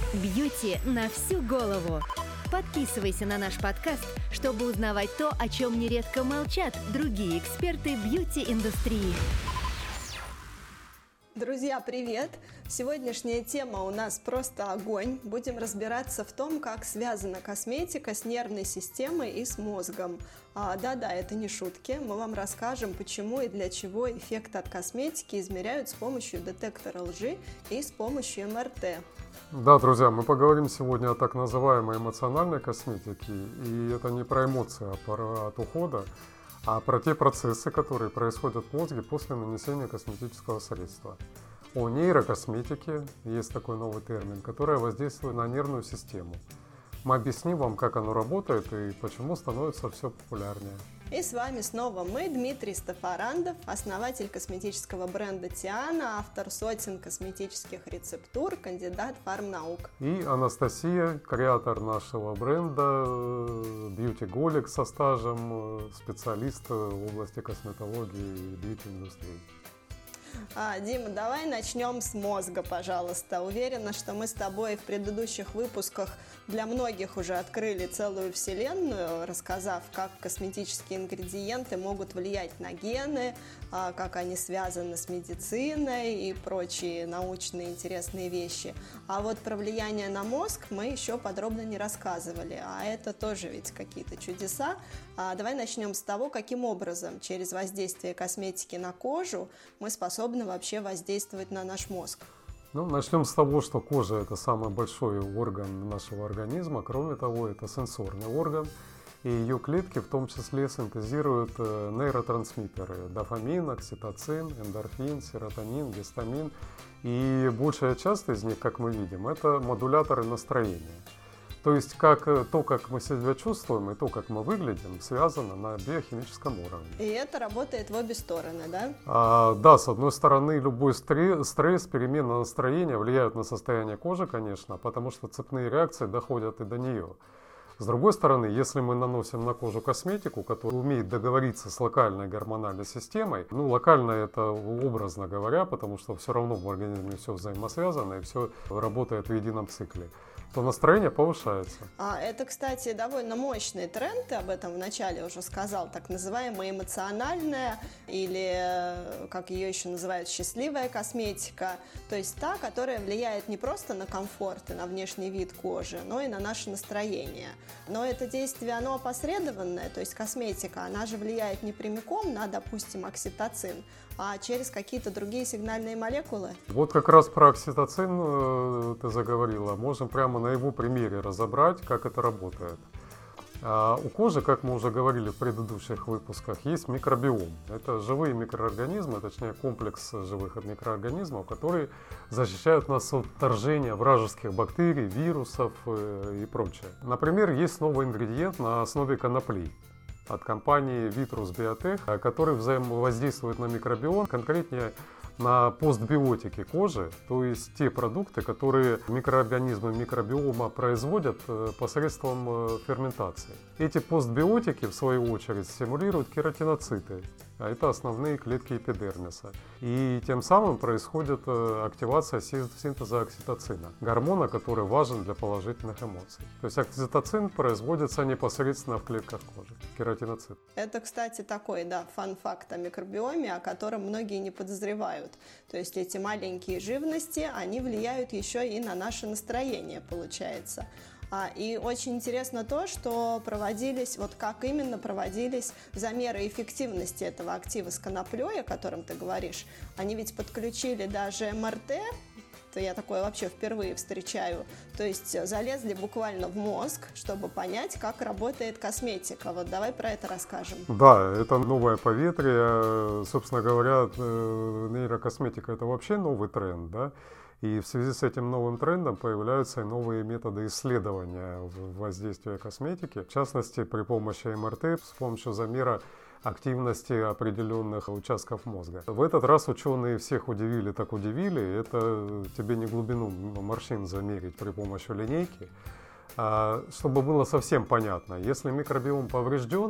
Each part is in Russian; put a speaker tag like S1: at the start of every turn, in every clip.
S1: Бьюти на всю голову. Подписывайся на наш подкаст, чтобы узнавать то, о чем нередко молчат другие эксперты бьюти-индустрии.
S2: Друзья, привет! Сегодняшняя тема у нас просто огонь. Будем разбираться в том, как связана косметика с нервной системой и с мозгом. Да-да, это не шутки. Мы вам расскажем, почему и для чего эффект от косметики измеряют с помощью детектора лжи и с помощью МРТ.
S3: Да, друзья, мы поговорим сегодня о так называемой эмоциональной косметике. И это не про эмоции, а от ухода, а про те процессы, которые происходят в мозге после нанесения косметического средства. О нейрокосметике, есть такой новый термин, которая воздействует на нервную систему. Мы объясним вам, как оно работает и почему становится все популярнее.
S2: И с вами снова мы, Дмитрий Стафарандов, основатель косметического бренда Тиана, автор сотен косметических рецептур, кандидат фармнаук.
S3: И Анастасия, креатор нашего бренда, бьюти-голик со стажем, специалист в области косметологии и бьюти-индустрии.
S2: Дима, давай начнем с мозга, пожалуйста. Уверена, что мы с тобой в предыдущих выпусках для многих уже открыли целую вселенную, рассказав, как косметические ингредиенты могут влиять на гены, как они связаны с медициной и прочие научные интересные вещи. А вот про влияние на мозг мы еще подробно не рассказывали, а это тоже ведь какие-то чудеса. Давай начнем с того, каким образом через воздействие косметики на кожу мы способны вообще воздействовать на наш мозг.
S3: Начнем с того, что кожа – это самый большой орган нашего организма. Кроме того, это сенсорный орган, и ее клетки в том числе синтезируют нейротрансмиттеры – дофамин, окситоцин, эндорфин, серотонин, гистамин. И большая часть из них, как мы видим, это модуляторы настроения. То есть как мы себя чувствуем и то, как мы выглядим, связано на биохимическом уровне.
S2: И это работает в обе стороны, да?
S3: Да, с одной стороны, любой стресс, перемена настроения влияют на состояние кожи, конечно, потому что цепные реакции доходят и до нее. С другой стороны, если мы наносим на кожу косметику, которая умеет договориться с локальной гормональной системой, локально это образно говоря, потому что все равно в организме все взаимосвязано и все работает в едином цикле, то настроение повышается.
S2: Это, кстати, довольно мощный тренд, ты об этом вначале уже сказал, так называемая эмоциональная или, как ее еще называют, счастливая косметика, то есть та, которая влияет не просто на комфорт и на внешний вид кожи, но и на наше настроение. Но это действие, оно опосредованное, то есть косметика, она же влияет не прямиком на, допустим, окситоцин, а через какие-то другие сигнальные молекулы.
S3: Вот как раз про окситоцин ты заговорила. Можем прямо на его примере разобрать, как это работает. У кожи, как мы уже говорили в предыдущих выпусках, есть микробиом. Это живые микроорганизмы, точнее комплекс живых микроорганизмов, которые защищают нас от вторжения вражеских бактерий, вирусов и прочее. Например, есть новый ингредиент на основе конопли от компании Vitrus Biotech, который взаимовоздействует на микробиом, конкретнее на постбиотики кожи, то есть те продукты, которые микроорганизмы микробиома производят посредством ферментации. Эти постбиотики, в свою очередь, стимулируют кератиноциты, а это основные клетки эпидермиса. И тем самым происходит активация синтеза окситоцина, гормона, который важен для положительных эмоций. То есть окситоцин производится непосредственно в клетках кожи, кератиноцит.
S2: Это, кстати, такой, фан-факт о микробиоме, о котором многие не подозревают. То есть эти маленькие живности, они влияют еще и на наше настроение, получается. И очень интересно то, что как именно проводились замеры эффективности этого актива с коноплей, о котором ты говоришь. Они ведь подключили даже МРТ, это я такое вообще впервые встречаю, то есть залезли буквально в мозг, чтобы понять, как работает косметика. Вот давай про это расскажем.
S3: Да, это новое поветрие, собственно говоря, нейрокосметика – это вообще новый тренд, да? И в связи с этим новым трендом появляются и новые методы исследования воздействия косметики. В частности, при помощи МРТ, с помощью замера активности определенных участков мозга. В этот раз ученые всех удивили, так удивили. Это тебе не глубину морщин замерить при помощи линейки. Чтобы было совсем понятно, если микробиом поврежден,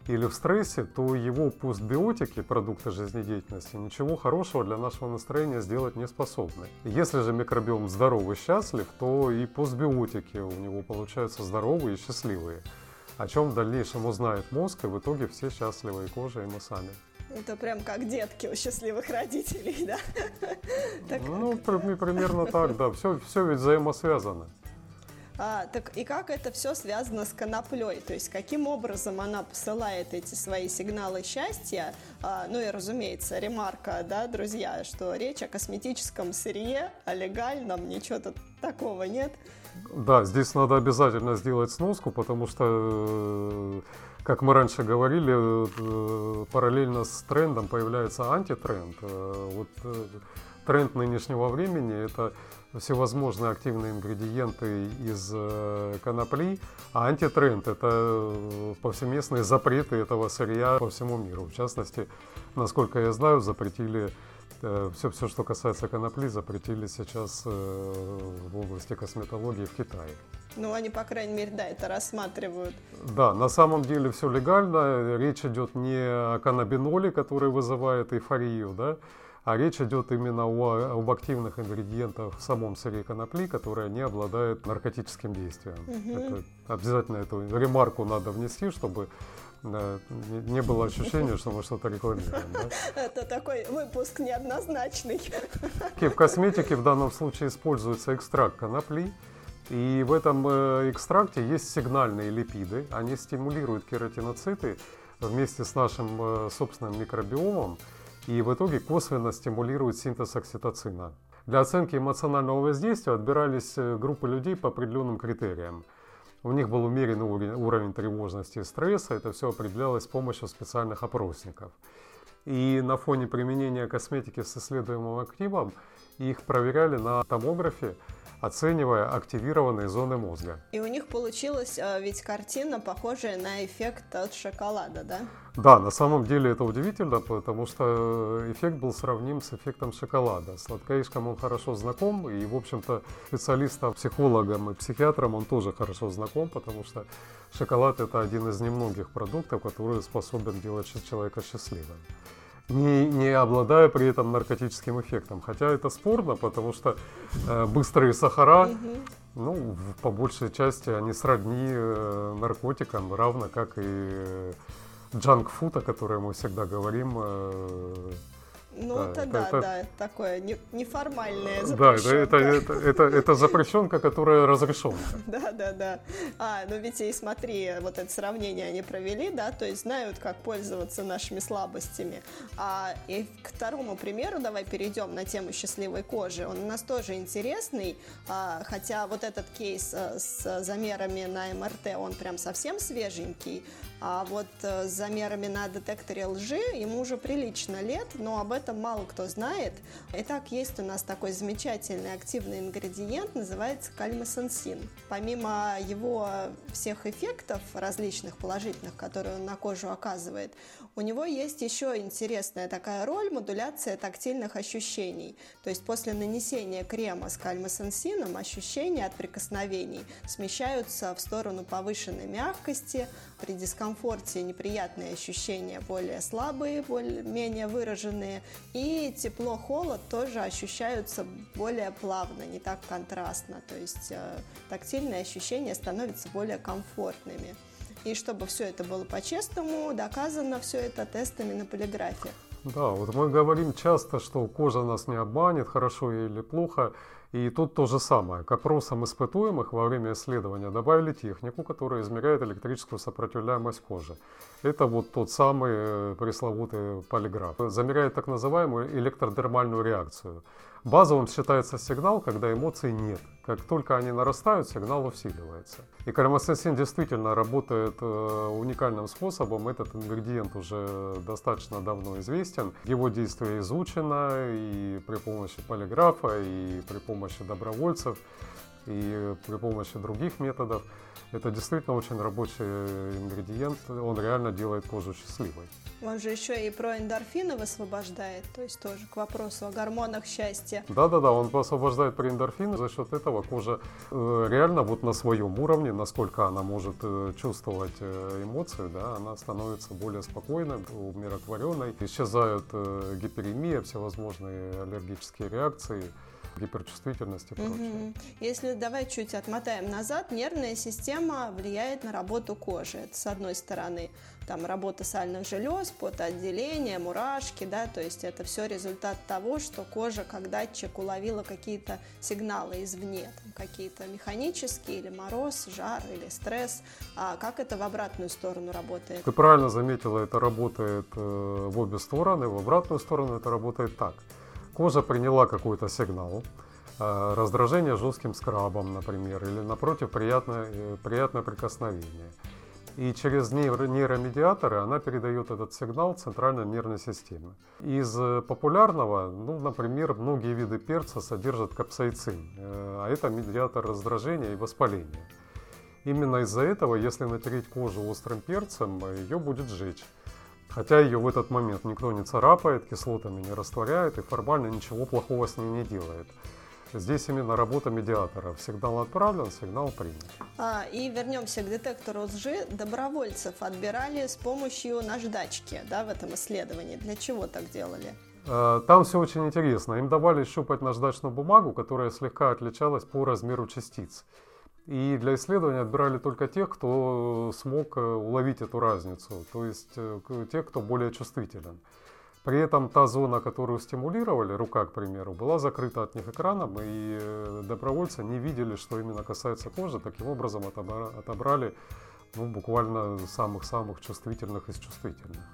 S3: или в стрессе, то его постбиотики, продукты жизнедеятельности, ничего хорошего для нашего настроения сделать не способны. Если же микробиом здоровый и счастлив, то и постбиотики у него получаются здоровые и счастливые. О чем в дальнейшем узнает мозг, и в итоге все счастливы, и кожа, и мы сами.
S2: Это прям как детки у счастливых родителей, да?
S3: Ну, примерно так, да. Все ведь взаимосвязано.
S2: Так и как это все связано с коноплей? То есть каким образом она посылает эти свои сигналы счастья? Ну и, разумеется, ремарка, да, друзья, что речь о косметическом сырье, о легальном, ничего тут такого нет.
S3: Да, здесь надо обязательно сделать сноску, потому что, как мы раньше говорили, параллельно с трендом появляется антитренд. Вот тренд нынешнего времени – это всевозможные активные ингредиенты из конопли, а антитренд – это повсеместные запреты этого сырья по всему миру. В частности, насколько я знаю, запретили все, что касается конопли, запретили сейчас в области косметологии в Китае.
S2: Ну, они, по крайней мере, да, это рассматривают.
S3: Да, на самом деле все легально. Речь идет не о каннабиноле, который вызывает эйфорию, да, а речь идет именно об активных ингредиентах в самом сыре конопли, которые не обладают наркотическим действием. Это, обязательно эту ремарку надо внести, чтобы не было ощущения, что мы что-то рекламируем. Да?
S2: Это такой выпуск неоднозначный.
S3: В косметике в данном случае используется экстракт конопли. И в этом экстракте есть сигнальные липиды. Они стимулируют кератиноциты вместе с нашим собственным микробиомом. И в итоге косвенно стимулирует синтез окситоцина. Для оценки эмоционального воздействия отбирались группы людей по определенным критериям. У них был умеренный уровень тревожности и стресса. Это все определялось с помощью специальных опросников. И на фоне применения косметики с исследуемым активом их проверяли на томографе, оценивая активированные зоны мозга.
S2: И у них получилась ведь картина, похожая на эффект от шоколада, да?
S3: Да, на самом деле это удивительно, потому что эффект был сравним с эффектом шоколада. Сладкоежкам он хорошо знаком, и, в общем-то, специалистам, психологам и психиатрам он тоже хорошо знаком, потому что шоколад – это один из немногих продуктов, который способен делать человека счастливым, не обладая при этом наркотическим эффектом. Хотя это спорно, потому что быстрые сахара, ну, по большей части, они сродни наркотикам, равно как и джанк-фуд, о котором мы всегда говорим.
S2: Ну, это такое неформальное
S3: запрещенка. Да, это запрещенка, которая разрешенка.
S2: Да. Ну ведь и смотри, вот это сравнение они провели, да, то есть знают, как пользоваться нашими слабостями. И к второму примеру давай перейдем на тему счастливой кожи. Он у нас тоже интересный, хотя вот этот кейс с замерами на МРТ, он прям совсем свеженький, а вот с замерами на детекторе лжи ему уже прилично лет, но об этом мало кто знает. Итак, есть у нас такой замечательный активный ингредиент, называется кальмосенсин. Помимо его всех эффектов различных положительных, которые он на кожу оказывает, у него есть еще интересная такая роль – модуляция тактильных ощущений. То есть после нанесения крема с кальмосенсином ощущения от прикосновений смещаются в сторону повышенной мягкости, при дискомфорте неприятные ощущения более слабые, менее выраженные, и тепло-холод тоже ощущаются более плавно, не так контрастно, то есть тактильные ощущения становятся более комфортными. И чтобы все это было по-честному, доказано все это тестами на полиграфе.
S3: Да, вот мы говорим часто, что кожа нас не обманет, хорошо или плохо. И тут то же самое. К опросам испытуемых во время исследования добавили технику, которая измеряет электрическую сопротивляемость кожи. Это вот тот самый пресловутый полиграф. Замеряет так называемую электродермальную реакцию. Базовым считается сигнал, когда эмоций нет. Как только они нарастают, сигнал усиливается. И кальмосенсин действительно работает уникальным способом. Этот ингредиент уже достаточно давно известен. Его действие изучено и при помощи полиграфа, и при помощи добровольцев. и при помощи других методов. Это действительно очень рабочий ингредиент, он реально делает кожу счастливой.
S2: Он же еще и про эндорфины высвобождает, то есть тоже к вопросу о гормонах счастья.
S3: Да-да-да, он освобождает эндорфины, за счет этого кожа реально вот на своем уровне, насколько она может чувствовать эмоции, да, она становится более спокойной, умиротворенной, исчезают гиперемия, всевозможные аллергические реакции, гиперчувствительность и прочее.
S2: Если давай чуть отмотаем назад, нервная система влияет на работу кожи. Это с одной стороны там работа сальных желез, потоотделение, мурашки, да, то есть это все результат того, что кожа как датчик уловила какие-то сигналы извне, там, какие-то механические, или мороз, жар, или стресс. А как это в обратную сторону работает?
S3: Ты правильно заметила, это работает в обе стороны, в обратную сторону это работает так. Кожа приняла какой-то сигнал, раздражение жестким скрабом, например, или, напротив, приятное прикосновение. И через нейромедиаторы она передает этот сигнал центральной нервной системе. Из популярного, например, многие виды перца содержат капсаицин, а это медиатор раздражения и воспаления. Именно из-за этого, если натереть кожу острым перцем, ее будет жечь. Хотя ее в этот момент никто не царапает, кислотами не растворяет и формально ничего плохого с ней не делает. Здесь именно работа медиатора. Сигнал отправлен, сигнал принят.
S2: И вернемся к детектору лжи. Добровольцев отбирали с помощью наждачки, да, в этом исследовании. Для чего так делали?
S3: Там все очень интересно. Им давали щупать наждачную бумагу, которая слегка отличалась по размеру частиц. И для исследования отбирали только тех, кто смог уловить эту разницу, то есть тех, кто более чувствителен. При этом та зона, которую стимулировали, рука, к примеру, была закрыта от них экраном, и добровольцы не видели, что именно касается кожи. Таким образом отобрали буквально самых-самых чувствительных из чувствительных.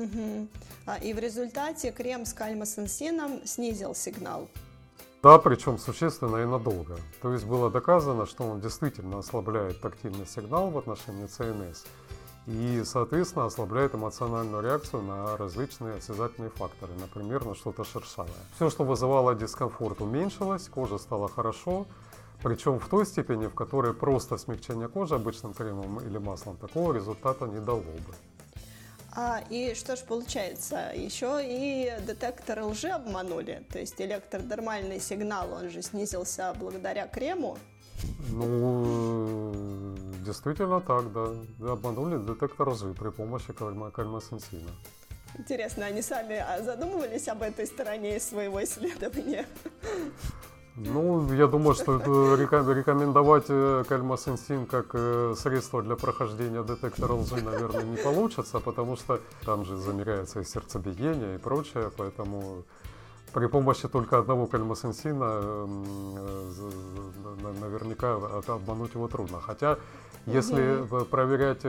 S2: И в результате крем с кальмосенсином снизил сигнал.
S3: Да, причем существенно и надолго. То есть было доказано, что он действительно ослабляет тактильный сигнал в отношении ЦНС и, соответственно, ослабляет эмоциональную реакцию на различные осязательные факторы, например, на что-то шершавое. Все, что вызывало дискомфорт, уменьшилось, кожа стала хорошо, причем в той степени, в которой просто смягчение кожи обычным кремом или маслом такого результата не дало бы.
S2: И что ж получается, еще и детектор лжи обманули, то есть электродермальный сигнал, он же снизился благодаря крему?
S3: Действительно так, да. Обманули детектор лжи при помощи кальмосенсина.
S2: Интересно, они сами задумывались об этой стороне своего исследования?
S3: Я думаю, что рекомендовать кальмосенсин как средство для прохождения детектора лжи, наверное, не получится, потому что там же замеряется и сердцебиение и прочее, поэтому при помощи только одного кальмосенсина наверняка обмануть его трудно. Хотя, если проверять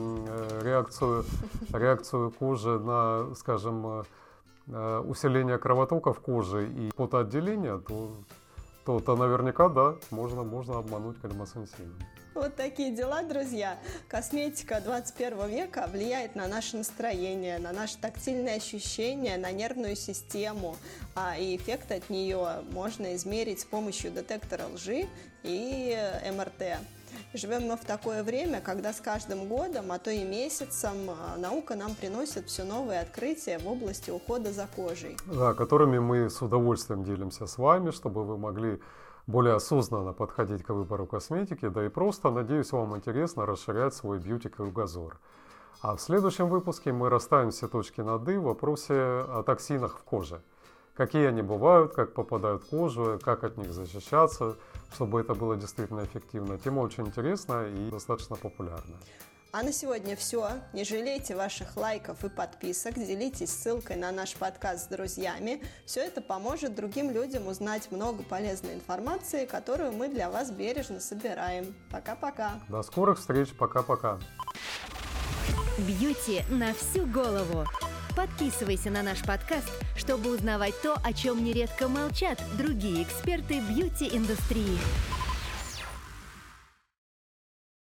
S3: реакцию кожи на, скажем, усиление кровотока в коже и потоотделение, то наверняка, да, можно обмануть кальмосенсином.
S2: Вот такие дела, друзья. Косметика 21 века влияет на наше настроение, на наши тактильные ощущения, на нервную систему. И эффект от нее можно измерить с помощью детектора лжи и МРТ. Живем мы в такое время, когда с каждым годом, а то и месяцем, наука нам приносит все новые открытия в области ухода за кожей.
S3: Да, которыми мы с удовольствием делимся с вами, чтобы вы могли более осознанно подходить к выбору косметики, да и просто, надеюсь, вам интересно расширять свой бьюти-кругозор. А в следующем выпуске мы расставим все точки над «и» в вопросе о токсинах в коже. Какие они бывают, как попадают в кожу, как от них защищаться, чтобы это было действительно эффективно. Тема очень интересная и достаточно популярная.
S2: А на сегодня все. Не жалейте ваших лайков и подписок, делитесь ссылкой на наш подкаст с друзьями. Все это поможет другим людям узнать много полезной информации, которую мы для вас бережно собираем. Пока-пока.
S3: До скорых встреч. Пока-пока.
S1: Бьюти на всю голову. Подписывайся на наш подкаст, чтобы узнавать то, о чем нередко молчат другие эксперты бьюти-индустрии.